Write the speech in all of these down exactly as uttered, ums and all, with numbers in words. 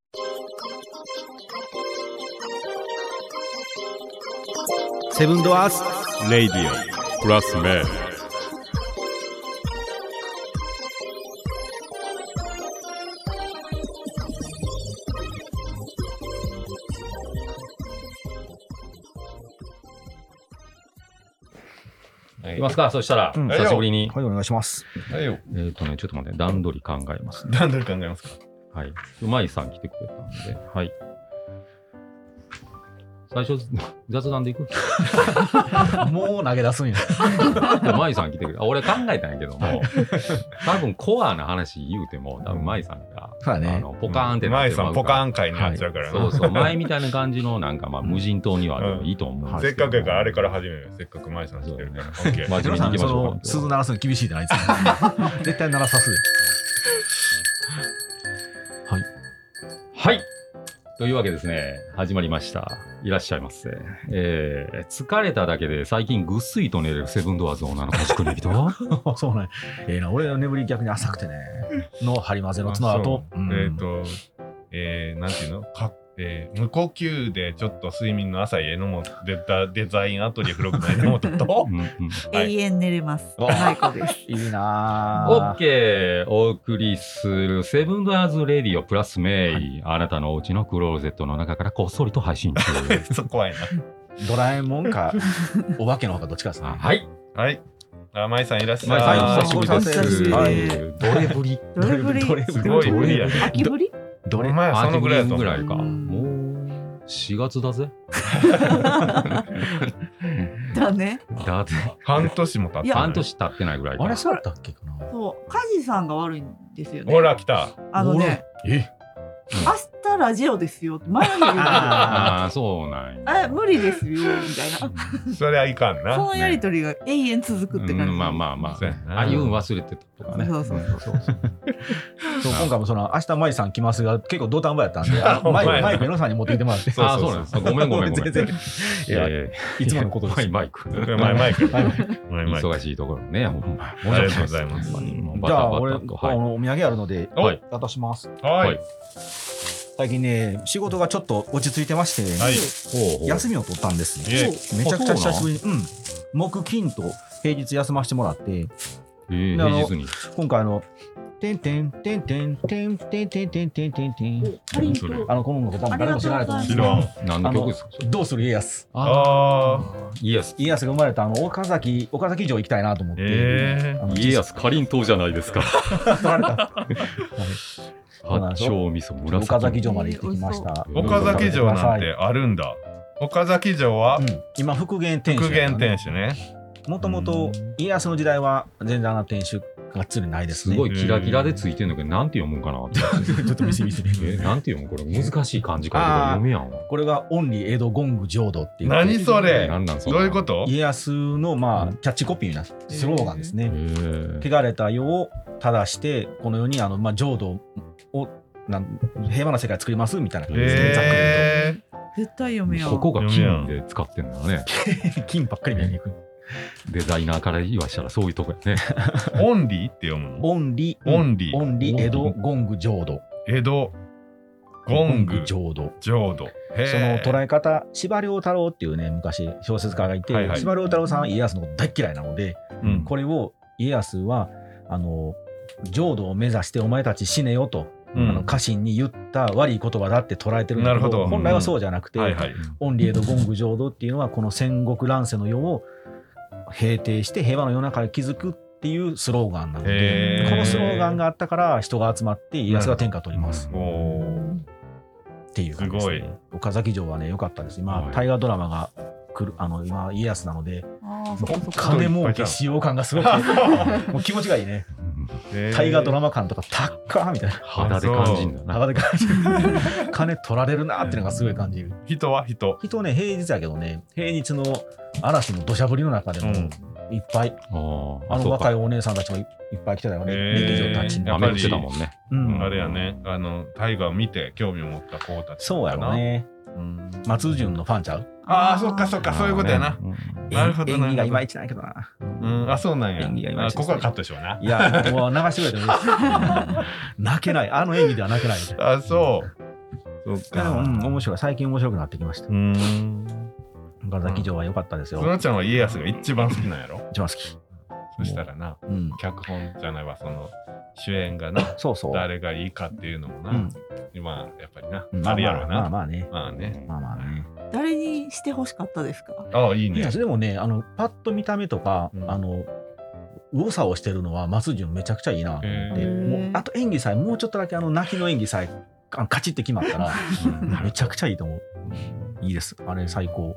セブンドアーズレイディオプラスメン。 いきますか。そしたら、 うん久しぶりに。 はい、お願いします。 はいよ。 えっとね、ちょっと待って、段取り考えます、ね。 段取り考えますか。 はい。うまいさん来てくれたんで、はい。最初、雑談でいくもう投げ出すんや。 うまいさん来てくれた。俺考えたんやけども、多分コアな話言うても、多分まいさんが、 そうだねあのポカーンってなマイってまうからさんポカーン会になっちゃうからな。 そうそう、前みたいな感じの、なんかまあ、無人島にはでもいいと思うんでせっすけど。 かくやからあれから始めるよ。せっかくマイさん知ってるから。オッケー。 真面目に行きましょうか。 鈴鳴らすの厳しいじゃないですか。絶対鳴らさす。はい。 はい。というわけですね、始まりました。いらっしゃいませ。えー、疲れただけで最近ぐっすりと寝れるセブンドアーズ女の賢い人そうね。ええな、俺の眠り逆に浅くてね。の張り混ぜの角後。 あそうえっと、えー、なんていうのか、えー、無呼吸でちょっと睡眠の浅い榎本デザデザインアトリエ付録の榎本と、 うんうんはい永遠寝れます。 わマイコです。 いいなオぁ。 ッケーお送りするセブンドアーズレディオプラスメイ、 はあなたのお家のクローゼットの中からこっそりと配信中。 そ怖いドラえもんか、お化けの方がどっちかですね。 あはい。 な。はい。あ、マイさんいらっしゃい。 マイさんあー久しぶりです。 ははいい。どれぶりどれぶりどれぶりすごい無理やね。 秋ぶりどれお前そのぐらいやと思うぐらいか。 うんもうしがつだぜ。 だね。 だって半年も経っていや半年経ってないぐらいか。 あれそうだったっけかな。 そう、カジさんが悪いんですよね。 ほら来た。 あのね、 え明日ラジオですよって前の日言うのああ、そうなんや。 え、無理ですよみたいな。 それはいかんな。 そのやりとりが永遠続くって感じ。 うんまあまあまそうやなあ。ああいうの忘れてたとかね。 そうそうそうそう。 そう今回もその明日マイさん来ますが結構土壇場やったんで、あのマイほんまやマイクエノさんに持ってきてもらって。 そうああ、そうなんです。ごめんごめんごめん。 全然いやえいつものことですマイマイク。 これマイマイク。 はいマイマイク。 忙しいところね、ほんま。 ありがとうございますほんまにもうバじゃあタバ俺あタと。はい。 のお土産あるのではい渡します。 ははいい。 最近ね仕事がちょっと落ち着いてまして、 はい。 ほうほう休みを取ったんですイよ。 エイめちゃくちゃ久しぶりに、うん、木金と平日休ませてもらって、 えーであの平日に。 今回あの、てんてんてんてんてんてんてんてんてんてんてん、 かりんとそれあの、この音楽多分誰も知らないと思うんです知らん。 何の曲ですかそれどうする家康。 ああ。 イエス。 家康が生まれたあの岡崎、岡崎城行きたいなと思って。 えあの家康かりんとうじゃないですか。 取られた。はい八丁味噌紫。 岡崎城まで行ってきました。 ー。岡崎城なんてあるんだ。岡崎城はうん、今復元天守復元天守ね。 もともと家康の時代は全然あの天守がっつりないですね。 すごいキラキラでついてんだけど、なんて読むんかなって。 ちょっと見せ見せ見せえ、なんて読むこれ難しい漢字書いてから読めやんわ。 これがオンリー江戸権具浄土っていう。 何それなんなんそんどなういうこと家康のまあキャッチコピーなスローガンですね。 へー汚れた世を正してこの世にあのまあ浄土をなん平和な世界作りますみたいな感じですね。ざっくりえ絶対読めよう。 ここが金で使ってんだよね。 言うと金ばっかり見えに行く。 デザイナーから言わしたらそういうとこやね。 ー。オンリーって読むのオンリーオンリーオンリー江戸権具浄土。 江戸権具浄土。 浄土。へーその捉え方、司馬遼太郎っていうね昔小説家がいて、 はいはい司馬遼太郎さんは家康のこと大っ嫌いなので、 うんこれを家康はあの浄土を目指してお前たち死ねよと、 うんあの家臣に言った悪い言葉だって捉えてるんだけど、 なるほど本来はそうじゃなくて、 はいはい。 オンリー江戸権具浄土っていうのはこの戦国乱世の世を平定して平和の世の中に築くっていうスローガンなのへーで、このスローガンがあったから人が集まって家康が天下取りますおーっていう感じですね。 す岡崎城はね良かったです。今、 はい大河ドラマが来るあの今家康なので、 ああ、そこそこ。 金儲け使用感がすごくもう気持ちがいいね。 へー大河ドラマ感とかたっかーみたいな。 肌で感じんだな。 幅で感じる。金取られるなっていうのがすごい感じる。 人は人。 人ね平日やけどね平日の嵐の土砂降りの中でもうんいっぱい、 あーあのそうか若いお姉さんたちもいいっぱい来てたよね。 へー劇場たちに。 やっぱり雨降ってたもんね。 うんあれやね、あの、大河を見て興味を持った子たち。 そうやろ。ね。 うん松潤のファンちゃう。 ああ、そっかそっか、そういうことやな。 うんなるほどな演技がいまいちないけどな。 うん、あ、そうなんや。 演技がいまいちあここはカットしような。 いや、もう流してくれてもいいです。泣けない。あの演技では泣けない。 あ、そう。 そっいやでも、 か。 うん、面白い。最近面白くなってきましたう。ん。 岡崎城は良かったですよ。 そのちゃんは家康が一番好きなんやろ。 一番好き。 そしたらな、 うん。 脚本じゃないわ、その主演がな、 そうそう。 誰がいいかっていうのもな、 うん今やっぱりな、 うんあるやろうまあまあな。 まあね。 まあね。 まあまあね。 誰にしてほしかったですか？ ああ、いいねいや、。でもね、あの、パッと見た目とか、 うんあの、右往左往してるのは松潤めちゃくちゃいいなと思って、 へーもうあと演技さえ、もうちょっとだけあの泣きの演技さえあのカチッて決まったら、めちゃくちゃいいと思う。いいです。あれ最高。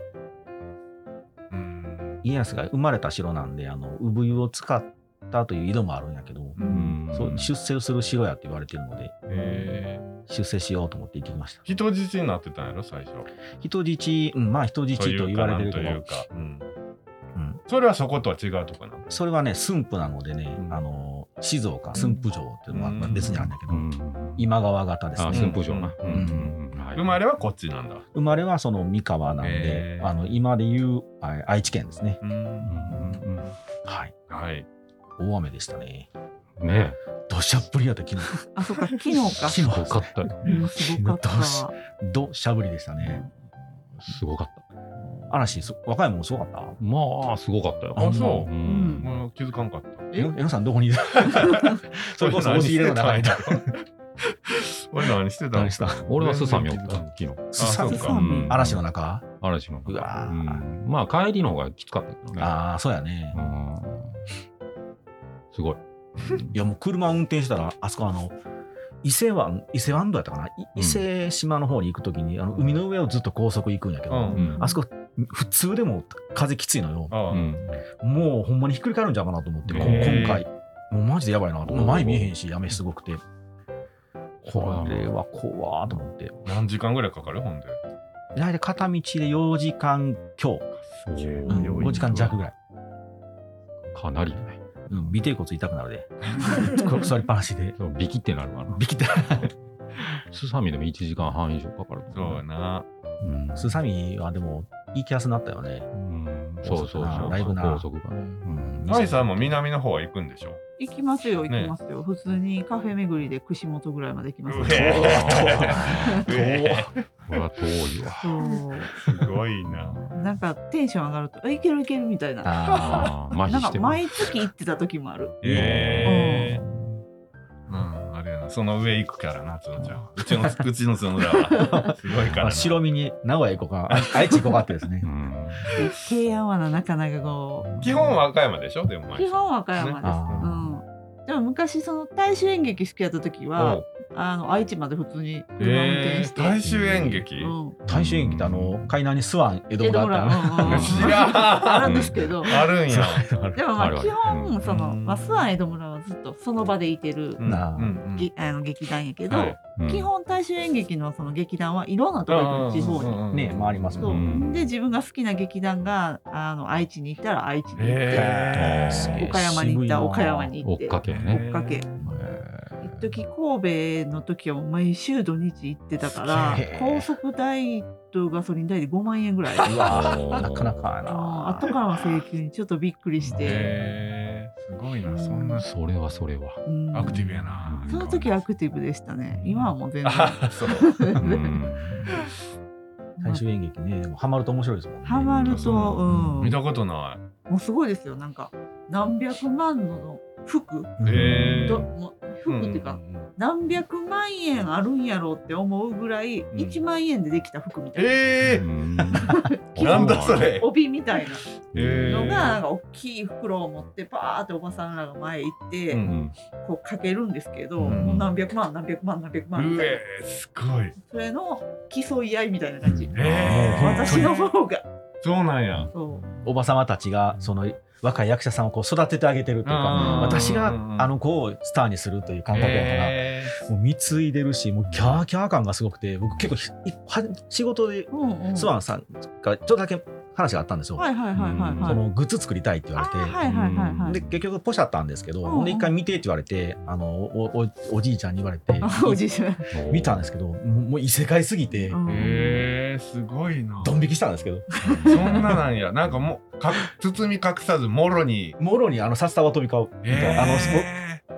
うん。 家康が生まれた城なんで、あの産湯を使ったという井戸もあるんやけど、 うんそう出世する城やって言われてるので、 えー、 出世しようと思って行ってきました。 人質になってたんやろ、最初。 人質、うん、まあ人質と言われてるけど、 というか、なんというかうん。 うん、 それはそことは違うとこなの。 それはね、駿府なのでね、 うんあの静岡駿府城っていうのはうんまあ別にあるんだけど、 うん今川型ですあ、 ね。 駿府城な。 ううんんうんうんはい生まれはこっちなんだ。 生まれはその三河なんで、 へーあの今でいうあ愛知県ですね。 うん。 うんうんはい。 はい。 大雨でしたね。 うんね土砂降りやった昨日。 あ、そっか、昨日か。 昨え、すご日かったよ。 うんすごかった。 土砂降りでしたね。 すごかった。 嵐、す和歌山もすごかった。 まあ、すごかったよ。 あそうううんん。 もう気づかんかった。 え、えのさんどこにいるそれこそ押し入れの中にいた。 俺何してたの何した俺はスサミおった、昨日。 すさそうかうん嵐の中嵐の中。 うわーうんまあ、帰りの方がきつかったけどね。 ああ、そうやねう。んすごい。 いやもう車運転したら、あそこあの、伊勢湾、伊勢湾道やったかな、いうん伊勢島の方に行くときに、あの海の上をずっと高速行くんやけど、 うんうんあそこ、普通でも風きついのよ。 ああ、 うんもうほんまにひっくり返るんちゃうかなと思って、こへー今回、もうマジでやばいなと。もう前見えへんし、雨すごくて。 そうやなこれは怖ーと思って。 何時間ぐらいかかるほんで。 大体片道でよじかん強、 おーうん、ごじかん弱ぐらい。 かなりね。 うん、尾てい骨痛くなるで。座りっぱなしで。 そうビキってなるわな。 ビキって。 スサミでもいちじかんはん以上かかる。 そうやな。 うんスサミはでも、いい気安になったよね。 うんそうそうそう。 だいぶな高速がね。 うん。 マイさんも南の方は行くんでしょ。 行きますよ、行ねきますよ。普通にカフェ巡りで串本ぐらいまで行きますよ。 うへあーえこれは遠いわ。 そうすごいな。 なんかテンション上がると、えいけるいけるみたいな。 あああ、麻なんか痺してる。 毎月行ってた時もある。 ええうん、あれやな。その上行くからな、つのちゃんは。うちの、うちのつのだは。すごいかあ。 らな。 白身に名古屋行こうか、あ愛知行こうかってですねう。ん。 で慶安はな、なかなかこう。 基本は和歌山でしょでもマイ基さん。 本和歌山です。 あうん。でも昔その大衆演劇好きやった時は、あの愛知まで普通に車運転えー、 して。 大衆演劇、 うん。 大衆演劇ってあの、海南にスワン、江戸江戸村って村、 あうんうんうん知らんあるんですけど。 あるんや。 でもまああるある基本その、 うんまあ、スワン江戸村はずっとその場でいてる、 うんなあうんげあの劇団やけど、 はいうん基本大衆演劇のその劇団はいろんなとこ行く地方に。 にね回りますそうもんうんで自分が好きな劇団があの愛知に行ったら愛知に行って、 へー岡山に行ったら岡山に行追っってかけね。 追っかけ一時神戸の時はもう毎週土日行ってたからへー高速代とガソリン代でごまんえんぐらい。 うわおーなかなかやうんな。 後からの請求にちょっとびっくりして、 へーすごいな、そんなそれはそれは。 うんアクティブやな。 その時はアクティブでしたね。今はもう全然。 あそう。 うん大衆演劇ね、でもハマると面白いですもんね。 ハマると、うん、 見たことなもうすごいですよ。なんか何百万の服うんい。へと、 ーもう服っていうか、何百万円あるんやろうって思うぐらい、 んいちまんえんでできた服みたいな、 えーうんなんだそれ。 帯みたいなえのがなんか大きい袋を持ってパーっておばさんらが前行って、 ううんんこうかけるんですけど、 うんもう何百万何百万何百万みうたいな、 えすごい。 それの競い合いみたいな感じ、 えー私の方がそうなんや。 そうおばさまたちがその若い役者さんをこう育ててあげてるといううんか、私があの子をスターにするという感覚やから、 えもう貢いでるし、もうキャーキャー感がすごくて、僕結構ひいは仕事でうんうんスワンさんがちょっとだけ話があったんですよ。 はいはいはいはいはいそのグッズ作りたいって言われて。 あーはいはいはいはいで結局ポシャったんですけど、 うんうんほんで一回見てって言われて、あのおおおじいちゃんに言われておじいちゃん見たんですけど、もうもう異世界すぎて、 うんー、えー、すごいな。 ドン引きしたんですけど、 そんななんや。なんかもうか包み隠さずもろに。 もろにあの札束飛び交うみたいな、あのえ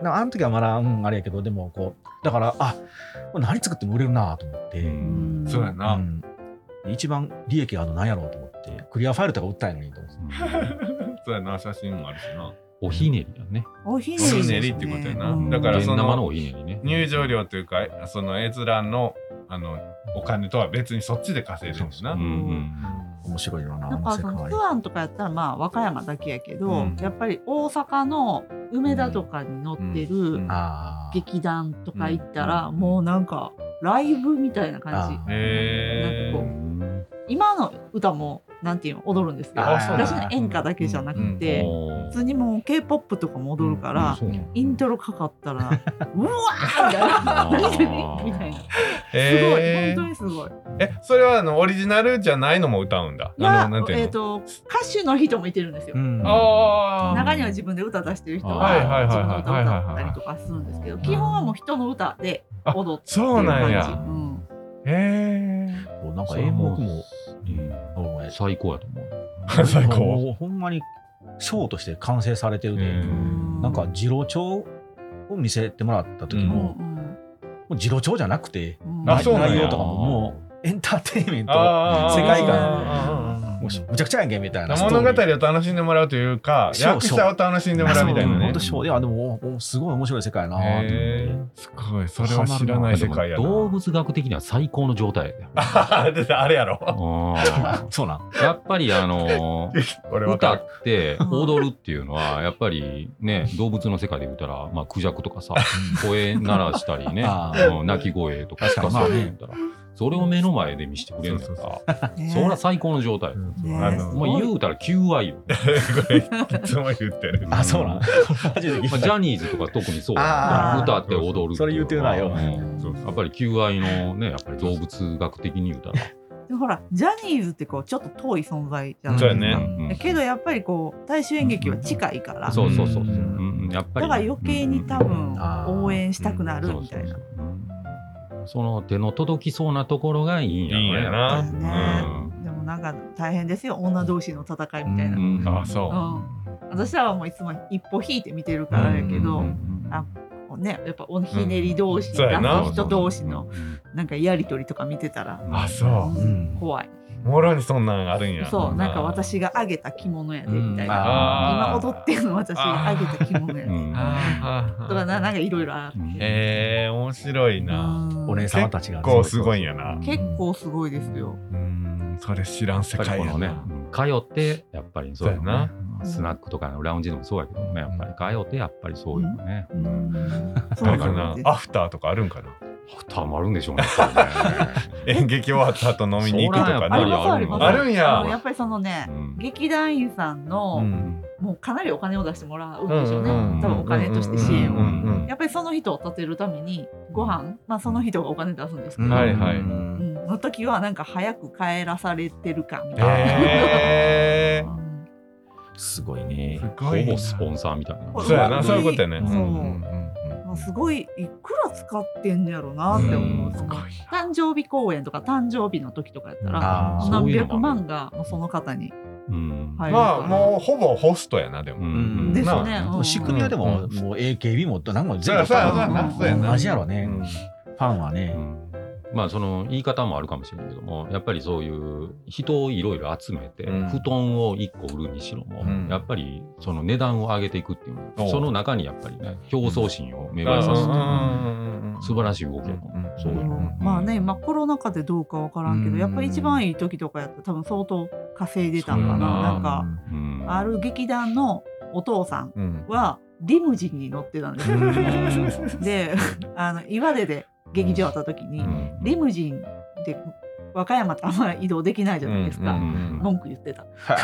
なあの時はまだ、うん、あれやけどでもこうだからあ何作っても売れるなと思って、 うんそうやな、 うん、一番利益あるの何やろうと思ってクリアファイルとか売ったんやのにと思ってそうやな、写真もあるしな。 おひねりだね。 おひおひねりってことやな、 うんだからその現生のおひねりね。 入場料というかその閲覧のあのお金とは別にそっちで稼いでるんですな。 うんうん面白いよな。 なんかそのツアーとかやったらまあ和歌山だけやけど、 うんやっぱり大阪の梅田とかに載ってるうんあー劇団とか行ったら、もうなんかライブみたいな感じ。 あへなんかこう今の歌もなんていうの踊るんですけど、 あー私の演歌だけじゃなくて、 うん普通にもう K-ポップ とかも踊るから、 うんそうなんだイントロかかったらうわーみたいなあーみたいな。すえごい本当にすごい。 え、それはあのオリジナルじゃないのも歌うんだ。 いやあのなんていうの、 えっ、と歌手の人もいてるんですよ。 うんあー中には自分で歌出してる人ははいはいはいはい自分の歌を歌ったりとかするんですけど、基本はもう人の歌で踊ってるそうなん感じ。 やうんへこうなんか演目もうんうん最高やと思う。 ー最高。 もうほんまにショーとして完成されてるで、 うんなんか次郎長を見せてもらった時うんも、もう次郎長じゃなくて、 うんあそうなんや内容とかももうエンターテインメントあー世界観あーもうむちゃくちゃやんけみたいな物語を楽しんでもらうというか、 そう役者を楽しんでもらうみたいなね本当。ショーではでもおすごい面白い世界やなと思って、 へーすごい、それは知らない世界やな。 動物学的には最高の状態だよ。 あであれやろ。 うんそうなんやっぱりあの俺わかる。 歌って踊るっていうのはやっぱりね動物の世界で言ったら、まあ、クジャクとかさ声鳴らしたりねあうん鳴き声とか聞かせるんだったらそれを目の前で見せてくれるんだからねそりゃ最高の状態。 ねあのもう言うたら求愛よ。 これいつも言ってる。 あそうなん初めて聞いまあ、 たジャニーズとか特にそうあー歌って踊るってそれ言うてないようんそうそうやっぱり求愛のねやっぱり動物学的に言うたらでほらジャニーズってこうちょっと遠い存在じゃないそうですか。 やねうんだけどやっぱりこう大衆演劇は近いから、 そうそうそうそう、 うんうんやっぱりだから余計に多分あー応援したくなるみたいな。 そうそうそううんその手の届きそうなところがいいんやろねいいんやなだよっぱりねでもなんか大変ですよ女同士の戦いみたいな。 ううんうんあそう。 私らはもういつも一歩引いて見てるからやけど、 うんあね、やっぱおひねり同士、 うんそうやな出す人同士のなんかやり取りとか見てたら、 あそう。 うん怖い。 もろにそんなんあるんや。 そうなんか私があげた着物やでみたいな、 あー今踊ってるの私があげた着物やでうんあーとかななんかいろいろあって、 へえ面白いな。 うんお姉様たちが結構すごいんやな。 結構すごいですよ。 うんそれ知らん世やっぱり界やな。 このね、うん通ってやっぱりそういうのねうんスナックとかのラウンジでもそうやけどねやっぱり通ってやっぱりそういうのね、 うんあれかなですアフターとかあるんかな。 たまるんでしょうねやっぱりね演劇終わった後飲みに行くとかありそらね。 ますありますあるんやあるんややっぱりそのね、 うん劇団員さんの、 うんもうかなりお金を出してもらうんでしょうね、 うんうんうん多分お金として支援を、 うんうんうんやっぱりその人を立てるためにご飯まあその人がお金出すんですけど、 うんはいはいうんの時はなんか早く帰らされてるかみたいな、 へえうんすごいねすごいな。 ほぼスポンサーみたいな。 そうやなそういうことやね。 そうんんんまあすごいいくら使ってんやろなって思う、 うんそのすごい誕生日公演とか誕生日の時とかやったらあー何百万がもうその方にうん入るから、 まあもうほぼホストやなでうも。 んですまあね、 もう仕組みはでも、もう エーケービー も何も全部そうやそうやなそうやな同じやろね、 うんファンはね、 うんまあその言い方もあるかもしれないけどもやっぱりそういう人をいろいろ集めて、 うん布団をいっこ売るにしろも、 うんやっぱりその値段を上げていくっていうおうのその中にやっぱりね競争心を芽生えさせて、 うん素晴らしい動きやと思う、そういうの、 うんまあね、まあ、コロナ禍でどうかわからんけど、 うんやっぱり一番いい時とかやったら多分相当稼いでたんかな。 そうやななんか、 うんある劇団のお父さんうんはリムジンに乗ってたんですよ。であの岩手で劇場あった時に、 うんリムジンで和歌山ってあんまり移動できないじゃないですか、 うんうん文句言ってた。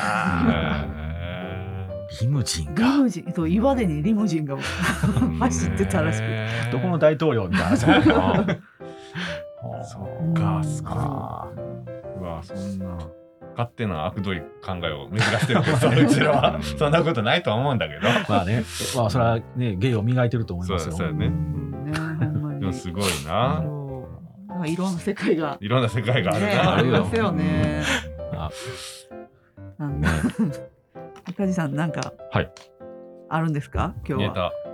へリムジンリがムジンそう岩手にリムジンが走ってたらしくて。 ーどこの大統領みたいなさそっかすごい。 あうわそんな勝手な悪どい考えを巡らしてるけどうちらはそんなことないとは思うんだけど。 ーまあねまあそれはね芸を磨いてると思いますよそうやねうんねほんまにでもすごいな。 そうなんかいろんな世界がいろんな世界があるねな。 ありますよね。 あなんか、赤字さんなんかはいあるんですか今日は。 ネタ。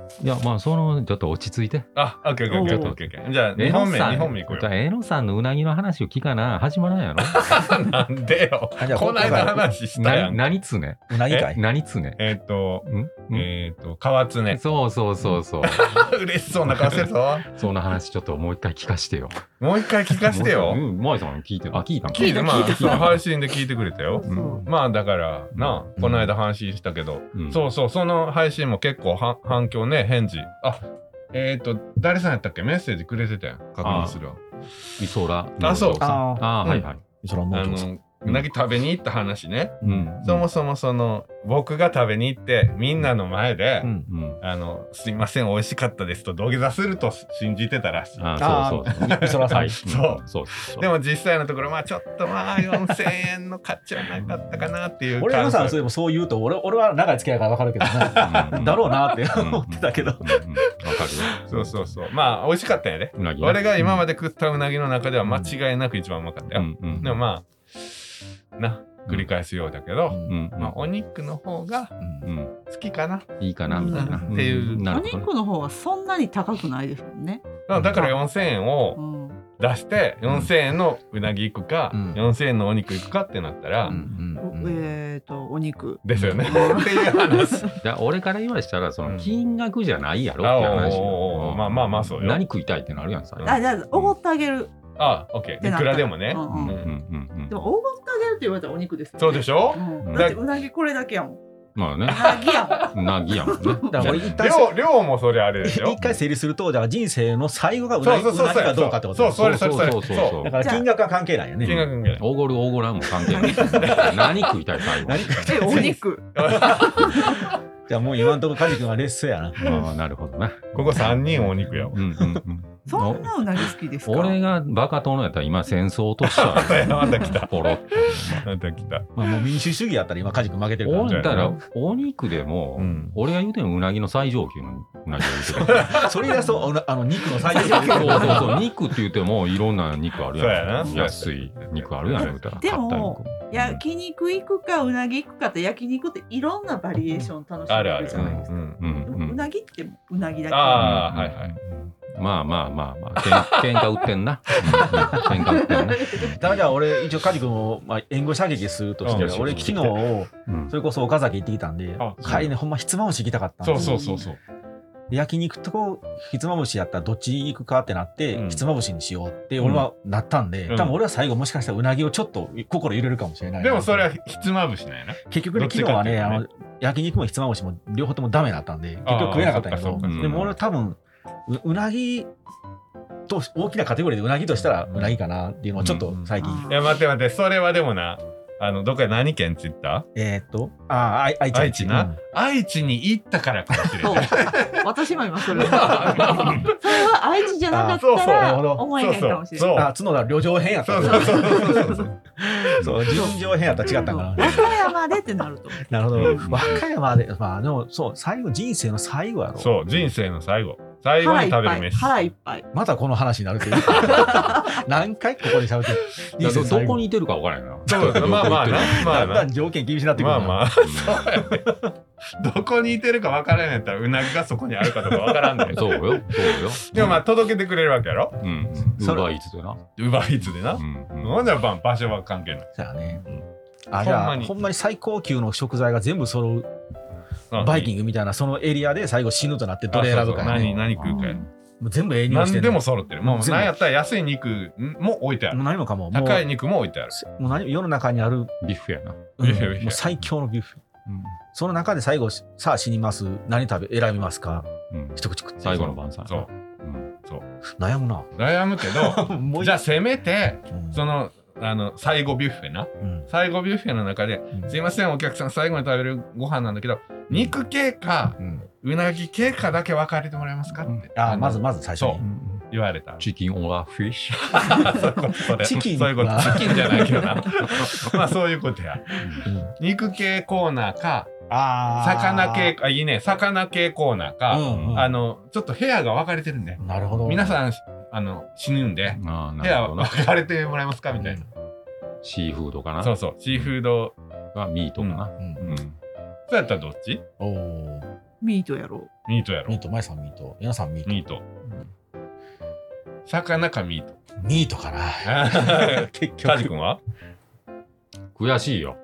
いや、まあ、その、ちょっと落ち着いて。 あ、オッケーオッケーオッケーオッケー。じゃあ、にほんめ、にほんめいこうよ。 じゃあ、えのさんのうなぎの話を聞かな、始まらんやろ。 なんでよ。 あじゃあこないだ話したや何、 ん。 何つねうなぎかい。 何つねえっと、 んんえっと、川津ね。 そうそうそうそう。 嬉しそうな顔してるぞ。 そんな話ちょっともう一回聞かしてよ。 もう一回聞かしてよう。ん、舞さん聞いて、あ、聞いたの聞いて、まあ、そう配信で聞いてくれたよ。 そうそうまあ、だから、な、この間配信したけど、 うんそうそう、その配信も結構は反響ね、返事。あ、えっと、誰さんやったっけメッセージくれてたよ。確認するわ。 イソラ。 あそうあああ、 うんはいはい。 それはもあうちょっとの、うなぎ食べに行った話ね。 うん。 そもそもその、僕が食べに行って、みんなの前で、 うんうん。 あの、すいません、美味しかったですと土下座すると信じてたらしい。 あそうそうそう。 みそらさんはい。 そうそうそう。 でも実際のところ、まあちょっとまあよんせんえんの価値はなかったかなっていう俺のさん、そうういえばそう言うと、俺俺は長い付き合いから分かるけどね。 うんだろうなってうん思ってたけど。 うんうんうんわかるよ。 そうそうそう。まあ美味しかったんやで。 うなぎね。 俺が今まで食ったうなぎの中では間違いなく一番うまかったよ。 うんうん。 でもまあ、な、繰り返すようだけど、 うんうん。 まあお肉の方がうん。 好きかな。 いいかな、みたいな。 うんっていうんおなるほどね。 肉の方はそんなに高くないですもんね。 だからよんせんえんうをん。 出してよんせんえんのうなぎ行くか、 うんよんせんえんのお肉行くかってなったら、 うんうんうんえっとお肉。 ですよね。 うんっていう話。 じゃあ俺から言わしたら、そうんの金額じゃないやろって話あおうおうおうよ。 まあまあまあそうよ何食いたいってなるやん、さ。 あじゃあおごってあげる。 あ、オッケー。いてなったくらでもね。 うんうんうんうんうんうんでもおごってあげるって言われたらお肉ですよね。 そうでしょうんだってうなぎこれだけやもん。 まあねう。なぎやもん。 うなぎやもんね。 だから俺一旦量量もそれあれでしょ一回整理すると、だから人生の最後がうそなぎうそうそうそううなぎかどうかってことそうだそれそれそれそうそうそうそうだから金額は関係ないよね。 金額ぐらい。 おごるおごらんも関係ない。何食いたい最後。 何かえお肉。 じゃあもう今んとこカジ君は劣勢やな。 ああ、なるほどな。 ここさんにんお肉やわ。 うんうんうん。 そんなうなぎ好きですか。 俺がバカ殿やったら今戦争としたら、 また来た。 ポロッと。 また来た。 まあもう民主主義やったら今カジ君負けてるからおね。 だからお肉でも、 うん俺が言うてんのうなぎの最上級のうなぎを言うてる。 それがそう、あのあの肉の最上級そうそうそう、肉って言ってもいろんな肉あるやん。 そうやな安い肉あるやん、言うたら。 でも硬い肉焼肉行くかうなぎ行くかって焼肉っていろんなバリエーション楽しめるあるある。 じゃないですか。 うんうんでもう。 うんなぎってうなぎだけ。 ああ、はいはい。 まあまあまあまあ、けん喧嘩売ってんな。うんうん喧嘩売ってんな。 ただじゃあ俺一応カジ君を、まあ、援護射撃するとして、 うん俺昨日うんそれこそ岡崎行ってきたんであ帰りねほんまひつまぶし行きたかったんそうですそうそうそう。 で焼肉とこひつまぶしやったらどっち行くかってなって、 うんひつまぶしにしようって俺はなったんで、 うん多分俺は最後もしかしたらうなぎをちょっと心揺れるかもしれないな。 でもそれはひつまぶしなんやな。 結局ねどっちか昨日はねっていうとねあの焼肉もひつまぶしも両方ともダメだったんで結局食えなかったんやけどあーそっかそっかでも俺は多分ううなぎと大きなカテゴリーでうなぎとしたらうなぎかなっていうのはちょっと最近、 うんいや、待って待って、それはでもな、あの、どっかで何県って言ったえーっとああ愛愛知愛知なうん愛知に行ったからかもしれそうない。 私も今それ。それは愛知じゃなかったあそうそうならるほど思えへんかもしれそうない。 あ角田旅情編やったそうそうそうそうそう。 そう純情編やったら違ったんかな和歌山でってなると。 なるほどうん和歌山でまあでもそう最後人生の最後やろそう、人生の最後。最後に腹いっぱい。 食べる飯。 腹いっぱい。 またこの話になるっていう何回ここで喋ってるいやど人生最後どこにいてるか分からんよな。 そうまあまあな。まあだんだな。 ん条件厳しくなってくるなまあまあ、そうやね。どこにいてるか分からんやったら、うなぎがそこにあるかどうか分からんねん。 そうよ、そうよ。 でもまあ、届けてくれるわけやろうん。ウそれーバーイーツでな。 ウーバーイーツでな。 うんうんほんじゃ、まあ場所は関係ない。 そうやねうんあじゃあほんまにほんまに最高級の食材が全部揃うバイキングみたいなそのエリアで最後死ぬとなってどれ選ぶかやね何、何食うかや。 もう全部営業して何でもる揃ってる。もう、 全部なんやったら安い肉も置いてあもうる。 何もかももう高い肉も置いてある。 もう何世の中にある、 ビュッフェやな。 うんビュッフェビュッフェもう最強のビュッフェうんその中で最後さあ死にます何食べ選びますかうん一口食って最後の晩餐。 そう。 うん。 そう。 悩むな悩むけど、 もうじゃあせめて、 うんその、あの、最後ビュッフェな。 うん最後ビュッフェの中で、 うんすいません、お客さん最後に食べるご飯なんだけど、肉系か、 うんうなぎ系かだけ分かれてもらえますかって。のあまずまず最初にそう言われた。 チキンオアフィッシュ。 そういうことそれチキンそういうこと。 はチキンじゃないけどな。まあそういうことや。 うん肉系コーナーか、 あー魚系、あ、いいね、魚系コーナーか、 うんうんあの、ちょっと部屋が分かれてるんで、 なるほど皆さん、あの、死ぬんで、 ああ、 部屋なるほどな。 分かれてもらえますかみたいな。 シーフードかな。 そうそう、シーフード、 がミートかな。 うんうん。 そうやったらどっちおーミートやろミートやろミート、まいさんミート、皆さんミート。 ミート魚かミートミートかな。結局。 カジ君は悔しいよ。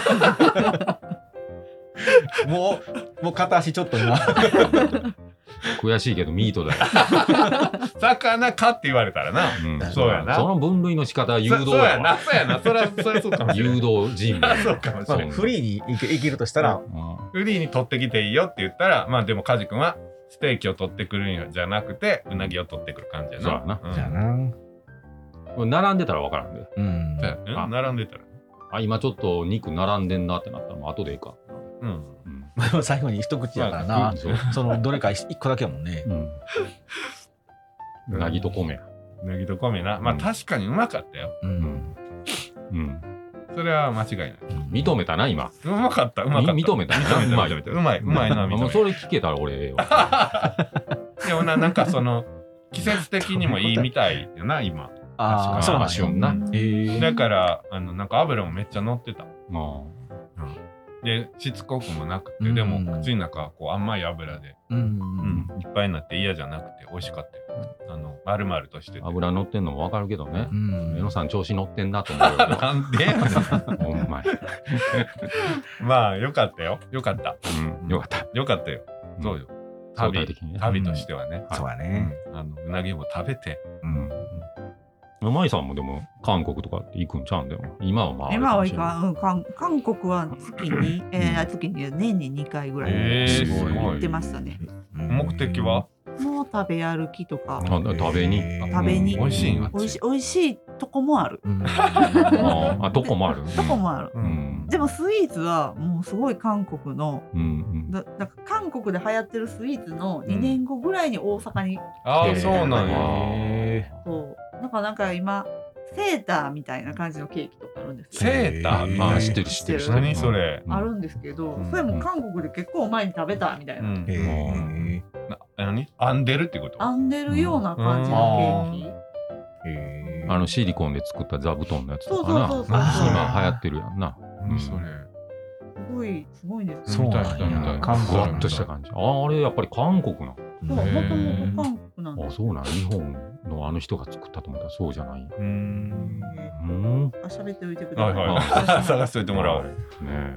もう、もう片足ちょっと今。 悔しいけどミートだよ。 魚かって言われたらなうんそうやなその分類の仕方は誘導そそうややわ。 なそうやなそれはそれはそうかもしれ誘ない導人あ物。 そうかもしまあれないフリーに行け行けるとしたら、 うんフリーに取ってきていいよって言ったらまあでもカジ君はステーキを取ってくるんじゃなくてうなぎを取ってくる感じやなそうやなうんじゃあな。 これ並んでたら分からんで。 うんそう。やなあ並んでたらあ、今ちょっと肉並んでんなってなったらもう後でいいか。 うんうん。 最後に一口やからな。 そう。 そのどれか一個だけやもんね。 うん。うなぎと米。 うなぎと米なまあうん確かにうまかったようん。 うん。 それは間違いない認めたな、今。 うまかったうまかったみ認めた認めたうまい認めたうまいうまいな認めたもうそれ聞けたら俺ええわ。 でもななんかその季節的にもいいみたいよな今ああ、 確かにそうなん旬な。 えーだからあのなんか油もめっちゃ乗ってたまでしつこくもなくて、 うんでも口の中こう甘い油で、 うんううんんいっぱいになって嫌じゃなくて美味しかったよ、あの丸々としててあ、油乗ってんのも分かるけどねう。ん。 江野さん調子乗ってんなと思うよ。 なんでやねんほんまに。 まあよかったよよかったうん。よかった。 よかったよ、 うんそうよ相旅対的にね。 旅としてはね、 そうやうね。 んあのうなぎも食べてうん。 舞さんもでも韓国とかって行くんちゃうんでも今はまあ今はいかかん、うん、韓韓国は月に、えー、月に年ににかいぐらいえーすごい行ってましたね。 目的はもう食べ歩きとかあ食べに食べに美味しいんや美味しい美味しいとこもある。 うん。 ああとこもあるとこもある。 ううんんでもスイーツはもうすごい韓国のうんだだから韓国で流行ってるスイーツのにねんごぐらいに大阪にああへーそうなんやへそうなんかなんか今セーターみたいな感じのケーキとかあるんですよ。 セーターへーああ知ってる知ってる知ってる何それうんあるんですけど、 うんそれも韓国で結構前に食べたみたいな、 うんえ。へな何編んでるってこと編んでるような感じのケーキ、 え。 あのシリコンで作った座布団のやつそうとかなそうそうそうあー今流行ってるやんな何それすごいすごいんですそうなん見たい見たいや。韓ふわっ国とした感じああれやっぱり韓国なそうもとへーもと韓国なんですあそうなん日本のあの人が作ったと思ったらそうじゃないんやうーんうんあ喋っておいてください、 はいはい探しといてもらおうねえ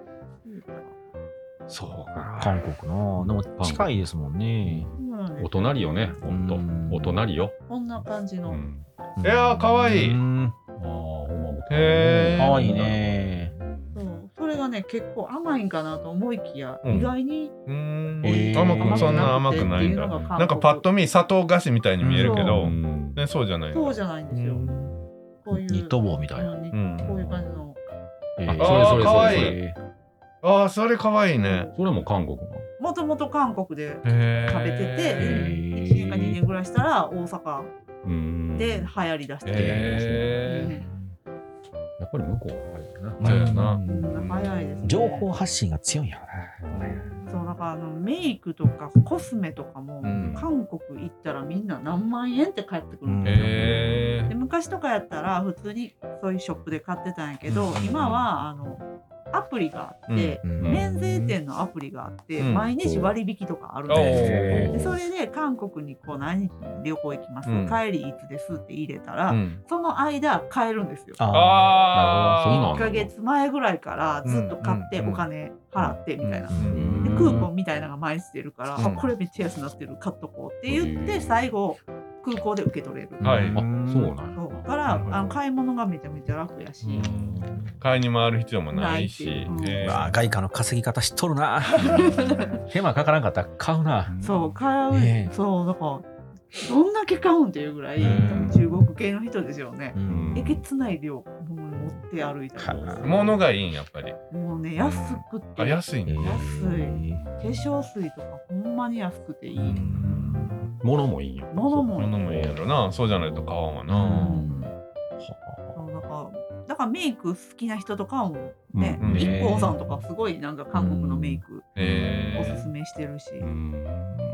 そうか韓国の、でも近いですもんね。 そうなんですお隣よねほんとうんお隣よこんな感じの、 うんいやーかわいいうんああほんまもへーかわいいね。 そうそれがね結構甘いんかなと思いきや、 うん意外にうーんへー甘くそんな甘くないんだなんかパッと見砂糖菓子みたいに見えるけうど、 んね、そうじゃないんだそうじゃないんですよ、こういうニット帽みたいな。 うんにうんこういう感じのえあそれそれかわいいそれああそれかわいいねそれも韓国のもともと韓国でへー食べててへーいちねんかにねんぐらいしたら大阪うんで流行りだして、 へやっぱり向こうは早いよなそうやなうん早いですね情報発信が強いんやろな。 そうなんかあのメイクとかコスメとかも、 うん韓国行ったらみんな何万円って返ってくるんうんですよ、 へで昔とかやったら普通にそういうショップで買ってたんやけど、 うん今はあのアプリがあって、 うん免税店のアプリがあって、 うん毎日割引とかあるんおですよ。 ーでそれで韓国にこう何日に旅行行きます、 うん帰りいつですって入れたら、 うんその間買えるんですよ。 ああなるほどいっかげつまえぐらいからずっと買ってうんお金払ってみたいな。 うんでクーポンみたいなのが毎日出るから、 うんあこれめっちゃ安くなってる買っとこうって言っへーて最後空港で受け取れる。 はいあそうなんそうやだからなるほどあの買い物がめちゃめちゃ楽やし、 買いに回る必要もないしないっていううんへーあ、外貨の稼ぎ方知っとるな。手間かからんかったら買うな。 そう買う、 ねえそうだからどんだけ買うんっていうぐらい、 うん中国系の人ですよね。 うんえげつない量もう持って歩いたりとかは物がいいんやっぱりもうね安くて、 あ安いえね化粧水とかほんまに安くていい、 物もいいんや物も物もいいやろなそうじゃないと買わんわうなんそうだからだからメイク好きな人とかもね、 うん一 k さんとかすごいなんか韓国のメイクへーおすすめしてるし、 うん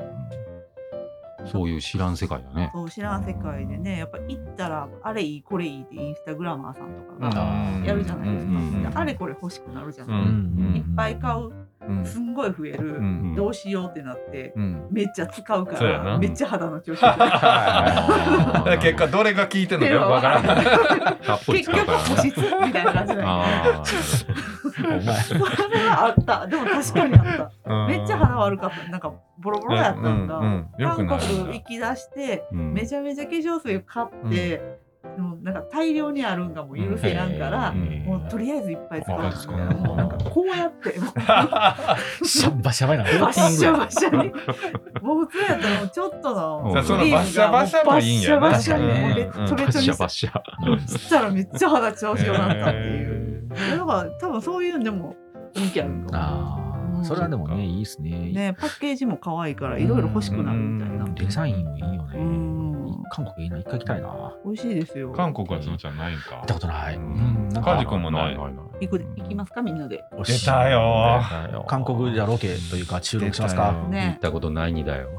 そういう知らん世界だねそう知らん世界でねやっぱ行ったらあれいいこれいいってインスタグラマーさんとかがうんやるじゃないですか、 うんであれこれ欲しくなるじゃうない、 んいっぱい買ううんすんごい増える、 うんどうしようってなって、 うんめっちゃ使うからそうやなめっちゃ肌の調子があー結果どれが効いてんのかよくわからないたっぷり結局使うからね。 保湿みたいな感じなんであお前それはあったでも確かにあっためっちゃ肌悪かったなんかボロボロやったんだ、 うんうんうんよく韓ない国行き出してーうんめちゃめちゃ化粧水買って、でもなんか大量にあるんがもう許せやんから、 うんもうとりあえずいっぱい使うみたいな、 うんもうなんかこうやってもうシャッバシャバいな。 バッシャバシャにもう普通やったらもうちょっとのさあそのバッシャバシャもいいんやなバッシャバシャにもうベ確ットベバッシトにャバッシャ。 そしたらめっちゃ肌調子よくなったっていう。だから多分そういうのでも人気あるかも。 ああ、それはでもね、いいですね。 ねパッケージも可愛いからいろいろ欲しくなるみたいな。 デザインもいいよね。 うん韓国いいな、一回行きたいな。行美味しいですよ。 韓国はつのちゃんないんかったことない。 ううんん、なんかカジ君もないないない。 行く行きますかみんなで。 よし出たよ韓国じゃロケというか収録しますか。 出たよ行っね。 たことないにだよ。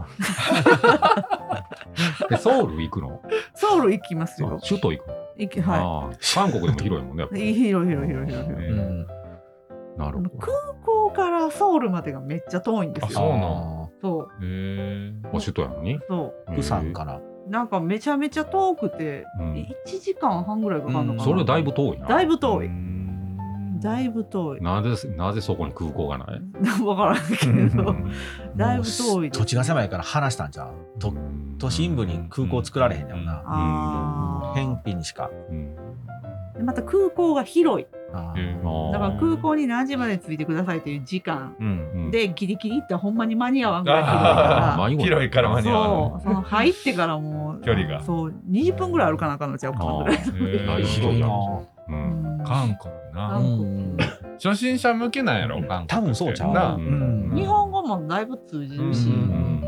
でソウル行くの？ ソウル行きますよ。 首都行くの？ 行きはあー韓国でも広いもんね。やっぱい。い広い広い広い広い広い。 ううんん。 なるほど。 空港からソウルまでがめっちゃ遠いんですあそうよ。 なんそへえあ首都やのに。 うそ釜山から。 う。なんかめちゃめちゃ遠くてうんいちじかんはんぐらいかかるのかな。 それだいぶ遠いな。 だいぶ遠い。 うんだいぶ遠い。 なぜなぜそこに空港がない？ わからんけど。だいぶ遠いです土地が狭いから話したんじゃん。と都心部に空港作られへんやろな。 あー偏僻にしか。 うんでまた空港が広い。 あへーーだから空港に何時まで着いてくださいという時間うんうんでギリギリ行ったらほんまに間に合わんぐらい広いあか迷子ー広いから間ら。 に合わそう、その入ってからもう距離がそうにじゅっぷんぐらい歩かなあかんのちゃうかぐらい。 ないへーだいぶ広いな。 ううんん韓国な韓うん。 初心者向けなんやろ韓国って多分そうちゃうなうん日本語もだいぶ通じるし、 うん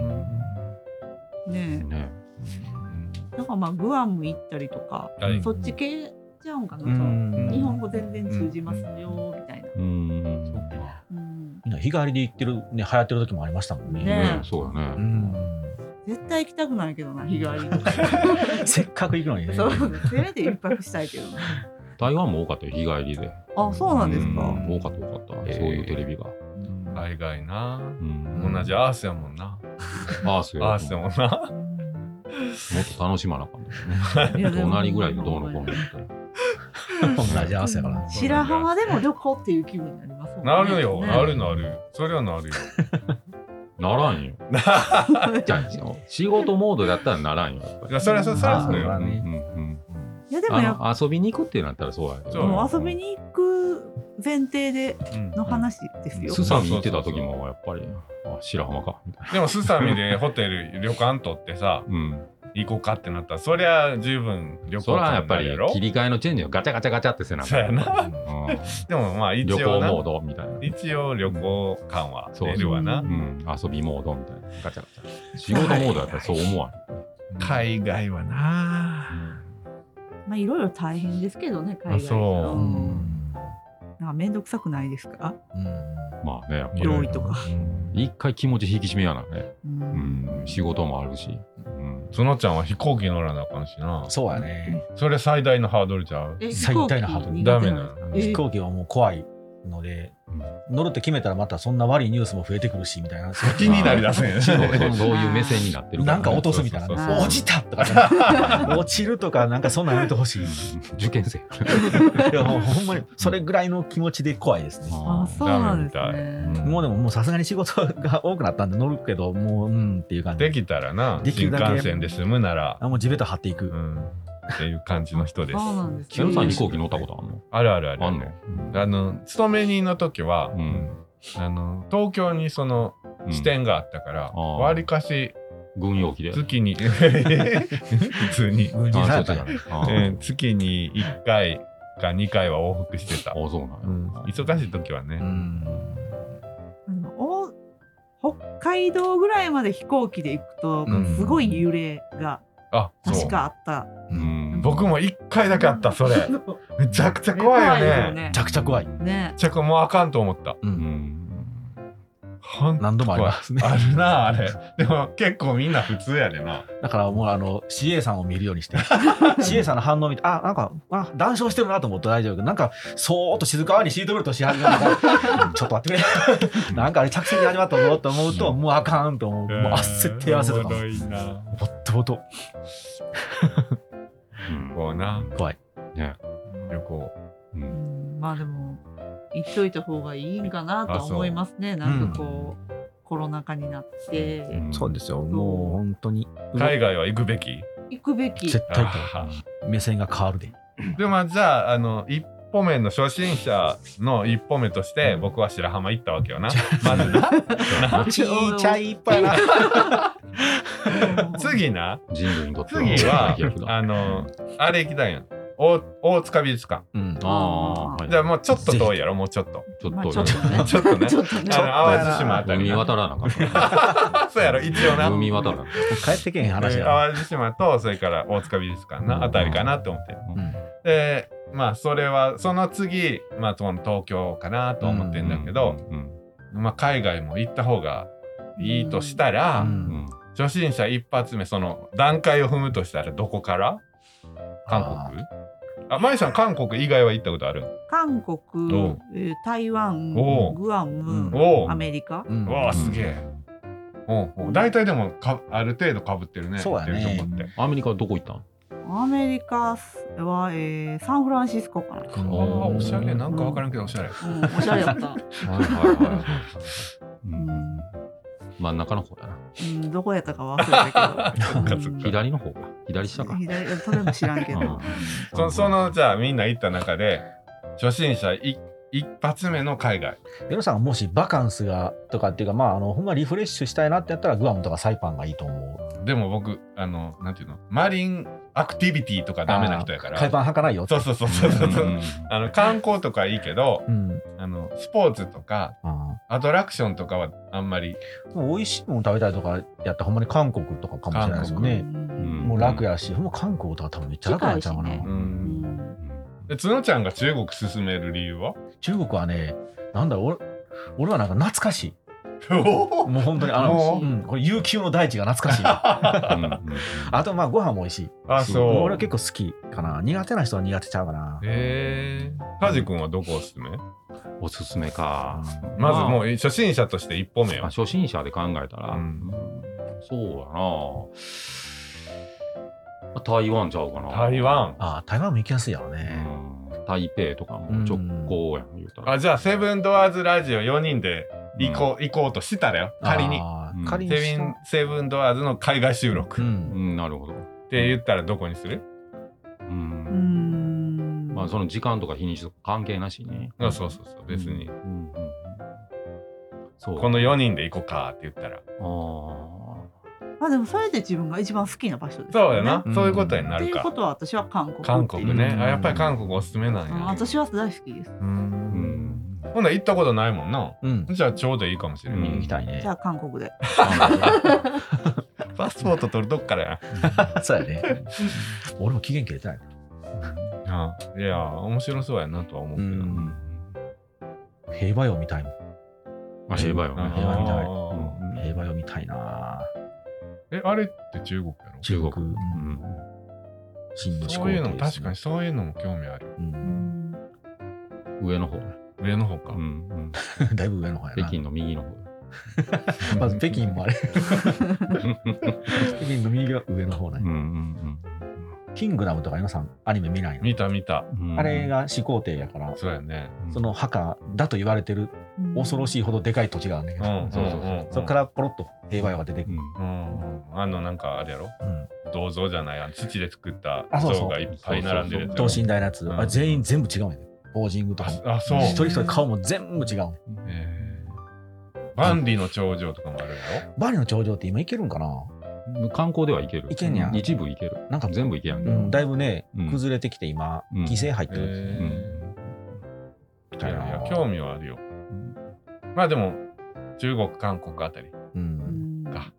ねね。 え、だからまあグアム行ったりとか、 はいそっち系ちゃうんかな、 うん日本語全然通じますよみたいな。 うん。 そっかうんみんな日帰りで行ってる、ね、流行ってる時もありましたもんね。 ねねそうだね。 うん。 絶対行きたくないけどな日帰りとか。 せっかく行くのにね。 そうせめて一泊したいけどな。 台湾も多かったよ日帰りで。 あ、そうなんですか。 うん多かった多かった。そういうテレビが。 海外なうん同じアースやもんなアースよ。 アースやもんなうんもっと楽しまなあかんね。 いやでも隣ぐらいでどうのこうのって。 同じ合わせやから。 白浜でも旅行っていう気分になりますもんね。 なるよねなるなるそれはなるよならんよ。じゃあ仕事モードだったらならんよ。やっぱりいやそれはそれそれはそうよまあねうんうんいやでもやっぱあの遊びに行くってなったらそうやけど。 そうもう遊びに行く前提でうんの話ですよ。 スサミ行ってた時もやっぱりあ白浜かみたいでもスサミでホテル旅館取ってさな。うん。 行こうかってなったらそりゃ十分旅行それはやっぱり感になるやろ切り替えのチェンジをガチャガチャガチャってせなあかんそうやなうんでもまあ一旅行応なモードみたいな。 一応旅行感はそう出るわなそううん、遊びモードみたいな。ガチャガチャ。仕事モードだったらそう思わん。 海外はなまあいろいろ大変ですけどね海外あそうううんん。 なんかめんどくさくないですか？ うん。 まあね、やっぱり用意とか。 一回気持ち引き締めやなね。 ううんん、仕事もあるし。うん、 そのちゃんは飛行機乗らなあかんしなそうやね。 それ最大のハードルちゃうえ最大のハードル飛行機苦手なんですかダメなのえ飛行機はもう怖いので、乗るって決めたらまたそんな悪いニュースも増えてくるしみたいな。 気になりだすんやそうそうそういう目線になってるから、 なんか落とすみたいそうそうそうな。落ちたとか、ね、落ちるとかなんかそんなんやめてほしい。い受験生。 やもうほんまにそれぐらいの気持ちで怖いですね。 あそうなんですダメねみたい。 もうでももうさすがに仕事が多くなったんで乗るけどもううんっていう感じ。 できたらな新できるだけ幹線で済むならあもう地べた張っていく。 うんっていう感じの人ですそうなんですキムさん飛行機乗ったことあるの？ あるあるあるあんの？ あの勤め人の時は、 うんあの東京にそのうん支店があったからあーわりかし軍用機で。 月に普通に、 軍人さんやったから。 あえー月にいっかいかにかいは往復してた、 あ、そうなんや。 うん、忙しい時はね、 うん。 あのお北海道ぐらいまで飛行機で行くとうんすごい揺れがあそう確かあった。 うん僕もいっかいだけあったそれめちゃくちゃ怖いよね怖いですよめちゃくちゃ怖い。 ね。 めちゃくちゃもうあかんと思ったう。 うんん。 ほん何度もありますね。 あるなあれ。でも結構みんな普通やでな。 だからもうあの シーエー さんを見るようにして シーエー さんの反応を見て、あなんかあ談笑してるなと思うと大丈夫けど、なんかそーっと静かにシートベルトし始めたからちょっと待ってくれなんかあれ着席始まったぞと思うと、もうあかんと思う、もう焦って汗とかおもろいな。 ボットボトうんこうな。 怖い。 ね。 旅行。 う。 うんんまあでも行っといた方がいいんかなとは思いますね。なんかこう、コロナ禍になって、 うんそうですよ、もう本当に海外は行くべき。 行くべき。 絶対あ目線が変わるで。 でもまあじゃああの一歩目の初心者の一歩目として僕は白浜行ったわけよな。まずな。 ちいちゃいいっぱいな次な。 人類にとっての次は逆だ。 あのあれ行きたいやん。大大塚美術館。 うんああ、はい。 じゃあもうちょっと遠いやろ、もうちょっと。 ちょっまあちょとっとね。 ちょっとね。 ちょっとね。 あの淡路島あたりな。 海渡らなあかった。 そうやろ、一応な。 海渡らなあかっ帰ってけへん話でや。 淡路島とそれから大塚美術館なあたりかなって思ってる。 うんでまあそれはその次まあその東京かなと思ってんだた。 けど、 うん。 まあ海外も行った方がいいとしたら、 うんうん。 初心者一発目その段階を踏むとしたらどこから？韓国？あ、まいさん韓国以外は行ったことある？ 韓お国う、 えー台湾、 おうグアム、 おうアメリカ。 うんうわあすげえ。おうおう大体でもかある程度かぶってるね。 そうやね行ってるとこって。 アメリカどこ行ったん？ アメリカは、えーサンフランシスコかな。 ああおしゃれなんかわからんけどおしゃれ。 うん、おしゃれだった。 はいはいはい。う。 うんん、 真ん中の方やな。 うん、どこやったか忘れたけど。 そっかそっかうん左の方か。左下か。 左、それも知らんけど。 あそそのじゃあみんな行った中で初心者い一発目の海外。 エロさんがもしバカンスがとかっていうか、まああのほんまリフレッシュしたいなってやったらグアムとかサイパンがいいと思う。 でも僕あのなんていうのマリンアクティビティとかダメな人やから。 海パン履かないよって。 そうそうそうそうそう。 うんあの観光とかいいけど、 うん。 あのスポーツとかあアトラクションとかはあんまり。 あ美味しいもの食べたいとかやったらほんまに韓国とかかもしれないですようね。 んもう楽やし、ほんま韓国とか多分めっちゃ楽なんちゃうかな。 近いしねうんで角ちゃんが中国進める理由は？ 中国はね、なんだろう、俺俺はなんか懐かしい。 おもう本当にあもの、うん、これ悠久の大地が懐かしい。 うんうんあとまあご飯も美味しい。 あそう。 俺は結構好きかな。苦手な人は苦手ちゃうかな。 へえ。カジ君はどこおすすめ？ おすすめか。 まずもうう初心者として一歩目よ。 初心者で考えたら、 うんうんそうやな。台湾ちゃうかな。 台湾。 ああ、台湾も行きやすいやろうね。 ん台北とかも直行やん言うたら。 あじゃあセブンドアーズラジオよにんで行こう、行こうとしたらよ仮にうんあー仮にセしたブンセブンドアーズの海外収録うっうんん、なるほど。 て言ったらどこにする？ う。 うんん。 まあその時間とか日にちとか関係なしに。 あそうそうそう別に、 うんうんうんそう。 このよにんで行こうかって言ったらああ。 まあでもそれで自分が一番好きな場所ですそうやな、 うんそういうことになっていうるかことは私は韓国っていう。 韓国ね、 うんあやっぱり韓国おすすめなんうんや、 私は大好きです。 ううんん。 ほんなら行ったことないもんな。 うん。 じゃあちょうどいいかもしれない、 うん行きたいねじゃ。あ韓国で。 パスポート取るとこからやそうやね。俺も期限切れてない。 あいや面白そうやなとは思うけど、 うん平和よ見たいもん。 あ、平和よね。 平和みたいあーうん平和よ見たいな。 えあれって中国やろ？ 中国。 ううんん真の始皇帝そういうのもですね確かにそういうのも興味ある。 う。 うんん。 上の方。 上の方か。 うんうんだいぶ上の方やな。 北京の右の方。 まず北京もあれ。北京の右が上の方ねうん。うんキングダムとか皆さんアニメ見ないの？ 見た見た。 うん。 あれが始皇帝やから、 そうやね。 その墓だと言われてる恐ろしいほどでかい土地があるんだけど、 うん、 そうそうそううんそこからポロッと平和よが出てくる。 うん。 うんうんあのなんかあれやろうん銅像じゃないあの土で作ったあそうそう像がいっぱい並んでるやつ等身大のやつ、 うんあ全員全部違うんやで。ポージングとかも。 ああそう一人一人顔も全部違うね。 えー万里の長城とかもあるやろバリの頂上って今行けるんかな？ 観光では行ける。 行けんやん一部行ける。 なんか全部行けやんけど。 うん、だいぶねうん、 崩れてきて今、 うん規制入ってえる。 ーたいないやいや興味はあるよまあでも中国韓国あたりうんうんか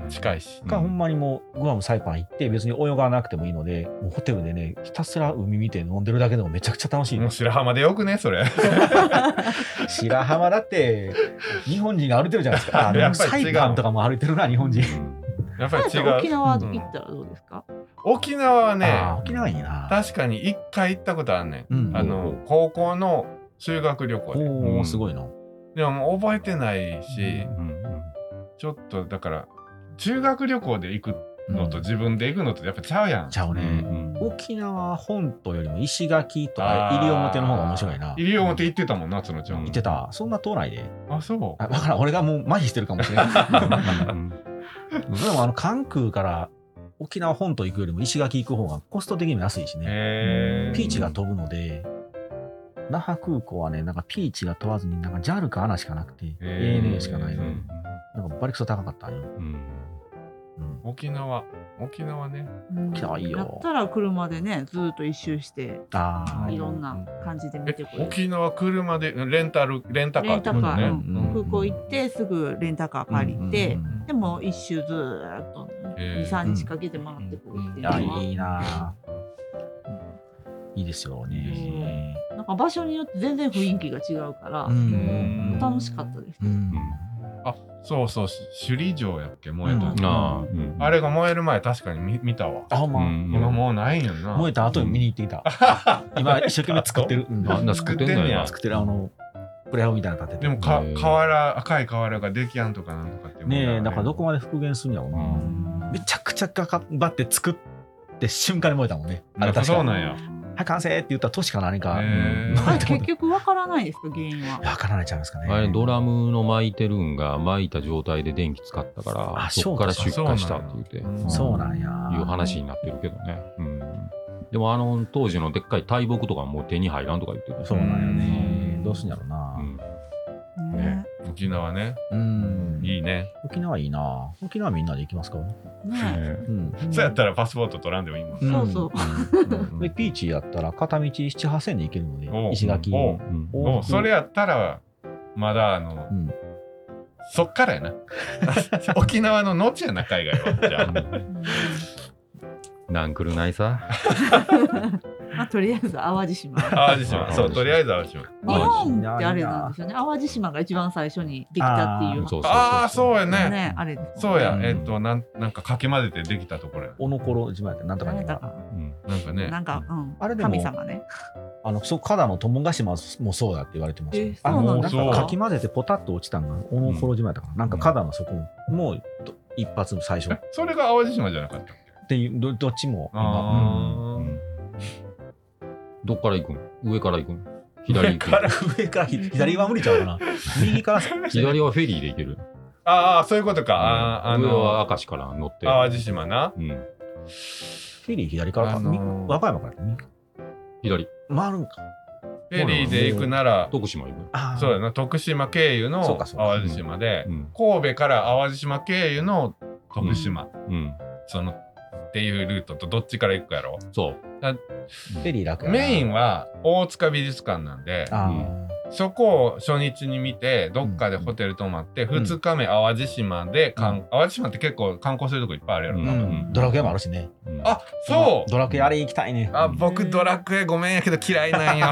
近いし。 かほんまにもうグアムサイパン行って別に泳がなくてもいいので、もうホテルでねひたすら海見て飲んでるだけでもめちゃくちゃ楽しい。 もう白浜でよくねそれ。 白浜だって日本人が歩いてるじゃないですか。あやっぱり違うサイパンとかも歩いてるな日本人。 やっぱり違う。 沖縄行ったらどうですか？ 沖縄はね、 あー沖縄いいな。 確かに一回行ったことあるねん。 うんあの高校の修学旅行で。 おおすごいな。 でももう覚えてないし、 うんちょっとだから修学旅行で行くのと自分で行くのとやっぱちゃうやん。 ちゃうね。 うん沖縄本島よりも石垣とかあー西表の方が面白いな。 西表行ってたもんな、つのちゃん。 行ってた。そんな島内で。 あ、そう。 あ、わからん。俺がもう麻痺してるかもしれない。 うんでもあの関空から沖縄本島行くよりも石垣行く方がコスト的にも安いしね。 へーピーチが飛ぶので、那覇空港はね、なんかピーチが飛ばずに、なんか ジャル かアナしかなくて、 へーエーエヌエー しかないので、 うんなんかバリクソ高かったんよ。 うんうん沖縄、沖縄ね。 沖縄いいよだったら車でねずっと一周してああ。 いろんな感じで見えてくる。 沖縄車でレンタルレンタカーってことね。 レンタカー、 うんうん空港行ってすぐレンタカー借りて、 うんうんうんでも一周ずーっとへーに、さんにちかけて回ってくるっていういや、 のは、 いいなぁいいですよね。 なんか場所によって全然雰囲気が違うから、 うん楽しかったです。 うんあ、そうそう、首里城やっけ燃えたの、 うんあーうんあれが燃える前確かに見見たわ。 あ、ほんま。 うん今もうないんやんな。 燃えた後に見に行っていた。今一生懸命作ってる。うんあんな作ってんのや作ってる、あの、プレハブみたいなの立てて。 でもかへー瓦赤い瓦ができやんとかなんとかってねえ、だからどここまで復元するんやろうな。めちゃくちゃ頑張って作って瞬間に燃えたもんね。あれ確かそうなんや。 はい、完成って言ったら年か何か。 へーあれ結局わからないですか原因は。 わからないちゃいますかね。 あれドラムの巻いてるんが巻いた状態で電気使ったからあそっから出そう火したって言ってうんそうなんや。 いう話になってるけどね、うん、でもあの当時のでっかい大木とかもう手に入らんとか言ってるそうなんやねう。んどうすんやろうな。 うんね沖縄ね。 うん。 いいね。 沖縄いいな。沖縄みんなで行きますか。 ねうん。 そうやったらパスポート取らんでもいいもん。 そうそううん。で、ピーチやったら片道なな、はっせんで行けるのおうで、石垣。 おううんおおそれやったらまだあの、 うん。 そっからやな。沖縄の後やな海外は。じゃあ。 うんなんくるないさまあ、とりあえず淡路島。 淡路島。そう、とりあえず淡路島。 日本ってあれなんですよね。淡路島が一番最初にできたっていう。 そうそうそうああ、そうやね。 ね、あれです。 そうやう。んえっと、なんなんかかき混ぜてできたところや。 おのころ島やってなんとかに何だかうんなんかね。 なんか、うん、 あれでも神様ね。 あの、そう、加の友ヶ島もそうだって言われてますよえ。 あの、なんそうなんですかかかき混ぜてポタッと落ちたんが、おのころ島やったかな。なんか加のそこもう一発最初っえそれが淡路島じゃなかったっけ？ ていう、どどっちも今。 あうんどっから行くん上から行くん左行くん上から上から左は無理ちゃうかな。右から左はフェリーで行けるああ、そういうことか。あーあ上はの、 明石から乗って淡路島な。 うん、 フェリー左からか、 あのーみ和歌山から右左回るんか。 フェリーで行くなら、 徳島行くあーそうやな、徳島経由のそうかそうか淡路島で、 うん神戸から淡路島経由の徳島、 うんそのっていうルートとどっちから行くかやろ。 そうフェリー楽やなメインは大塚美術館なんで、 あそこを初日に見て、どっかでホテル泊まって、 んふつかめ淡路島で、かんうん淡路島って結構観光するとこいっぱいあるやろー、 な。 ううんん、ドラクエもあるしね。 うんあ、そうドラクエあれ行きたいね。 あ、僕ドラクエごめんやけど嫌いなんよ。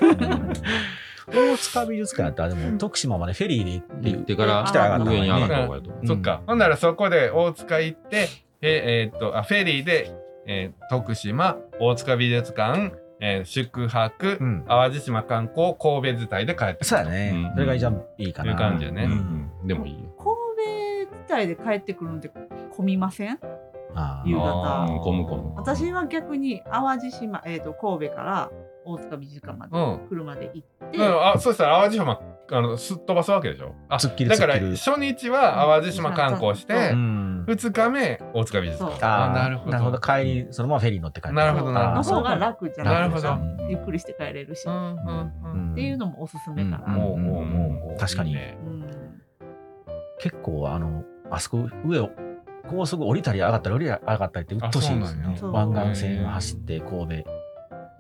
大塚美術館やったらでも徳島までフェリーで行ってから来たら上がった上に上がっねた方がいいとうんそっか。ほんならそこで大塚行って、ええーっとあフェリーで、えー徳島大塚美術館、えー宿泊、 うん淡路島観光神戸伝いで帰ってくるそうやね、 うんそれが一番いいかな。 いう感じやねうんうんでもいいよ神戸自体で帰ってくるのって混みません？ あー夕うん方。 混む混む私は逆に淡路島、えー、と神戸から大塚美術館までうん車で行って、 うん、あそしたら淡路島あのすっ飛ばすわけでしょ。あ突っ切るだから突っ切る初日は淡路島観光して、 うんふつかめ大塚美術館。 そうあーなるほどなるほど帰りそのままフェリーに乗って帰る。 なるほどなるほどの方が楽じゃないですか。 なるほどゆっくりして帰れるし、 うんっうんうんていうのもおすすめかな。 うんもうもうもう確かにいいねうん結構あのあそこ上を高速降りたり上がったり降りたり上がったりって鬱陶しいんですあそうなんねや。 湾岸線走って神戸。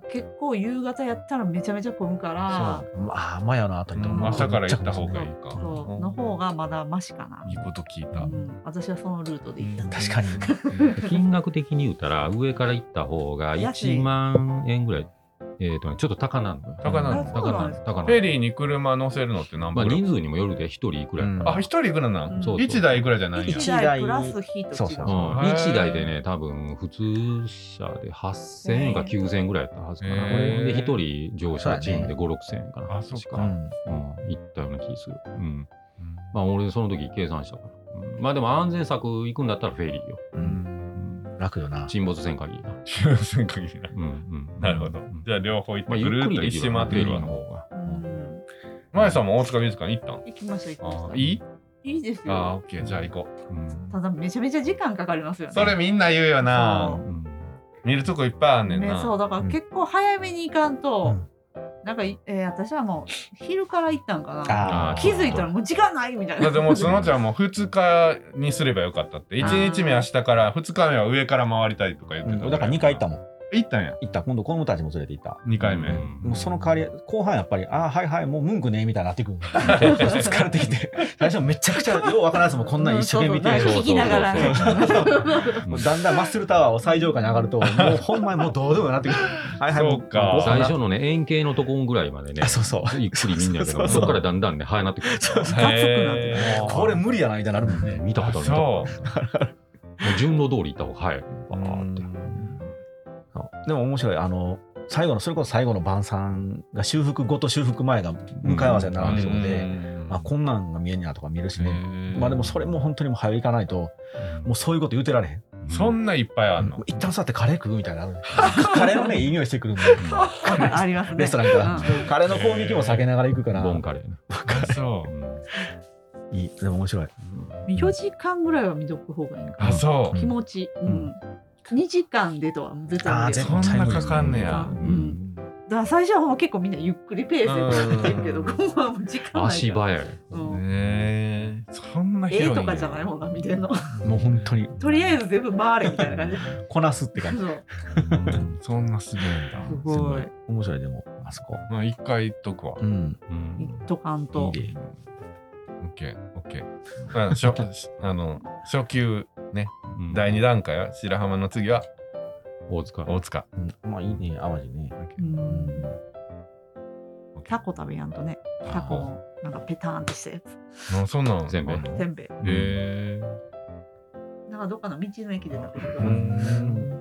結構夕方やったらめちゃめちゃ混むからまあマヤの後にとうん思う朝から行った方がいいか。 そうの方がまだマシかな、 いいこと聞いた。 うん、私はそのルートで行った、 うん確かに金額的に言うたら上から行った方がいちまんえんぐらい、えーとね、ちょっと高なんだよ。 高なんだ高なんだ高なんフェリーに車乗せるのって何まあぼ人数にもよるでひとりいくらやったらあ、一人いくらなうんんそうそう一台いくらじゃないんや。 一一台プラス費と違うそうそううん、 へーいちだいでね、多分普通車ではっせんえんかきゅうせんえんぐらいやったはずかな。 へーこれでひとり乗車賃でご、ろくせんえんかな。 あそうか確うんうん、行ったような気する。うん。まあ俺その時計算したから。うん、まあでも安全策行くんだったらフェリーよ。 ううんん。 楽よな沈没せん限りな。 抽選限りな。 うんうん。 なるほどうん。 じゃあ両方行っまあゆってぐるっとくりできる一周回ってフェリーのくるわ。 方が。 うん、 まやさんも大塚美術館行ったん行きました行きましたあいいいいですあー、オよッケー。じゃあ行こうんただめちゃめちゃ時間かかりますよう。 ねそれみんな言うよなそ。 うん見るとこいっぱいあんねんね、 な。 そうだから結構早めに行かんと、 うんなんかい、えー私はもう昼から行ったんかなあー気づいたらもう時間ないみたいなだってもうそのちゃんもふつかにすればよかったっていちにちめ明日からふつかめは上から回りたいとか言ってた、 うんだからにかい行ったもん行ったんや行った今度子供たちも連れて行ったにかいめ、 うんもうその代わり後半やっぱりああはいはいもうムンクねみたいになってくる疲れてきて最初めちゃくちゃようわからんやつもこんなん一生懸命見てそうそう聞きながらねもうだんだんマッスルタワーを最上階に上がるともうほんまにもうどうでもなってくるはいはいもそうか最初のね、円形のとこぐらいまでねあ、そうそうゆっくり見んだけど、 そうそうそこからだんだんね、早なってくる。 そうそうガツくなってへーこれ無理やなみたいになるもんね見たことある見たことあるもう順路通り行った方が早い。バーって。 そうでも面白いあの最後のそれこそ最後の晩餐が修復後と修復前が向かい合わせに並んでるので、あこんなんが見えんやとか見るしね、まあでもそれも本当にもう早いかないともうそういうこと言うてられへん、 そんないっぱいあんの、 一旦座ってカレー食うみたいなのあるカレーのねいい匂いしてくるんでありますねレストランから、 うんカレーの攻撃も避けながら行くからボンカレーね。 あそううんいいでも面白いよじかんぐらいは見とく方がいいんかあそう気持ち、ううんんにじかんでとは絶対無理あーよそんなかかんねやう、んだから最初はほんま結構みんなゆっくりペースでやってるけどうん今後はもう時間ないから足早い。 うんへえそんな広いんや絵とかじゃないもんな見てんのもう本当にとりあえず全部回れみたいな感じこなすって感じそううんそんなすげえんだすごい面白いでもあそこまあ一回行っとくわうんうん一斗缶といいでオッケーオッケーあ初あの初級ねうんだいに段階は白浜の次は大塚。 大塚うんまあいいね淡路ねうんタコ食べやんとねタコのなんかペターンってしたやつあそんなん全部あんのせんべいへえなんかどっかの道の駅で食べてるうん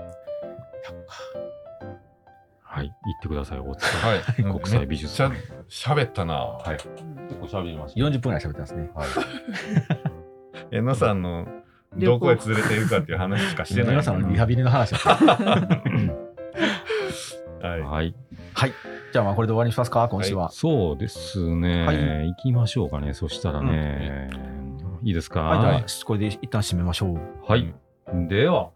はい、行ってください、大塚。 はい国際美術館。 めっちゃ喋ったなはい。 うん結構喋りました。 よんじゅっぷんぐらい喋ってますねはい。 えのさんの旅行どこへ連れて行くかっていう話しかしてない皆さんのリハビリの話をはいはい。 じゃあまあこれで終わりにしますか今週はそうですね。 はい行きましょうかね。そしたらね。いいですか。 はいじゃあこれで一旦締めましょうはい。では。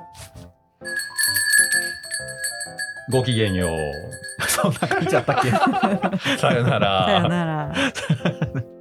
ごきげんよう。 そんな感じだったっけさよならさよなら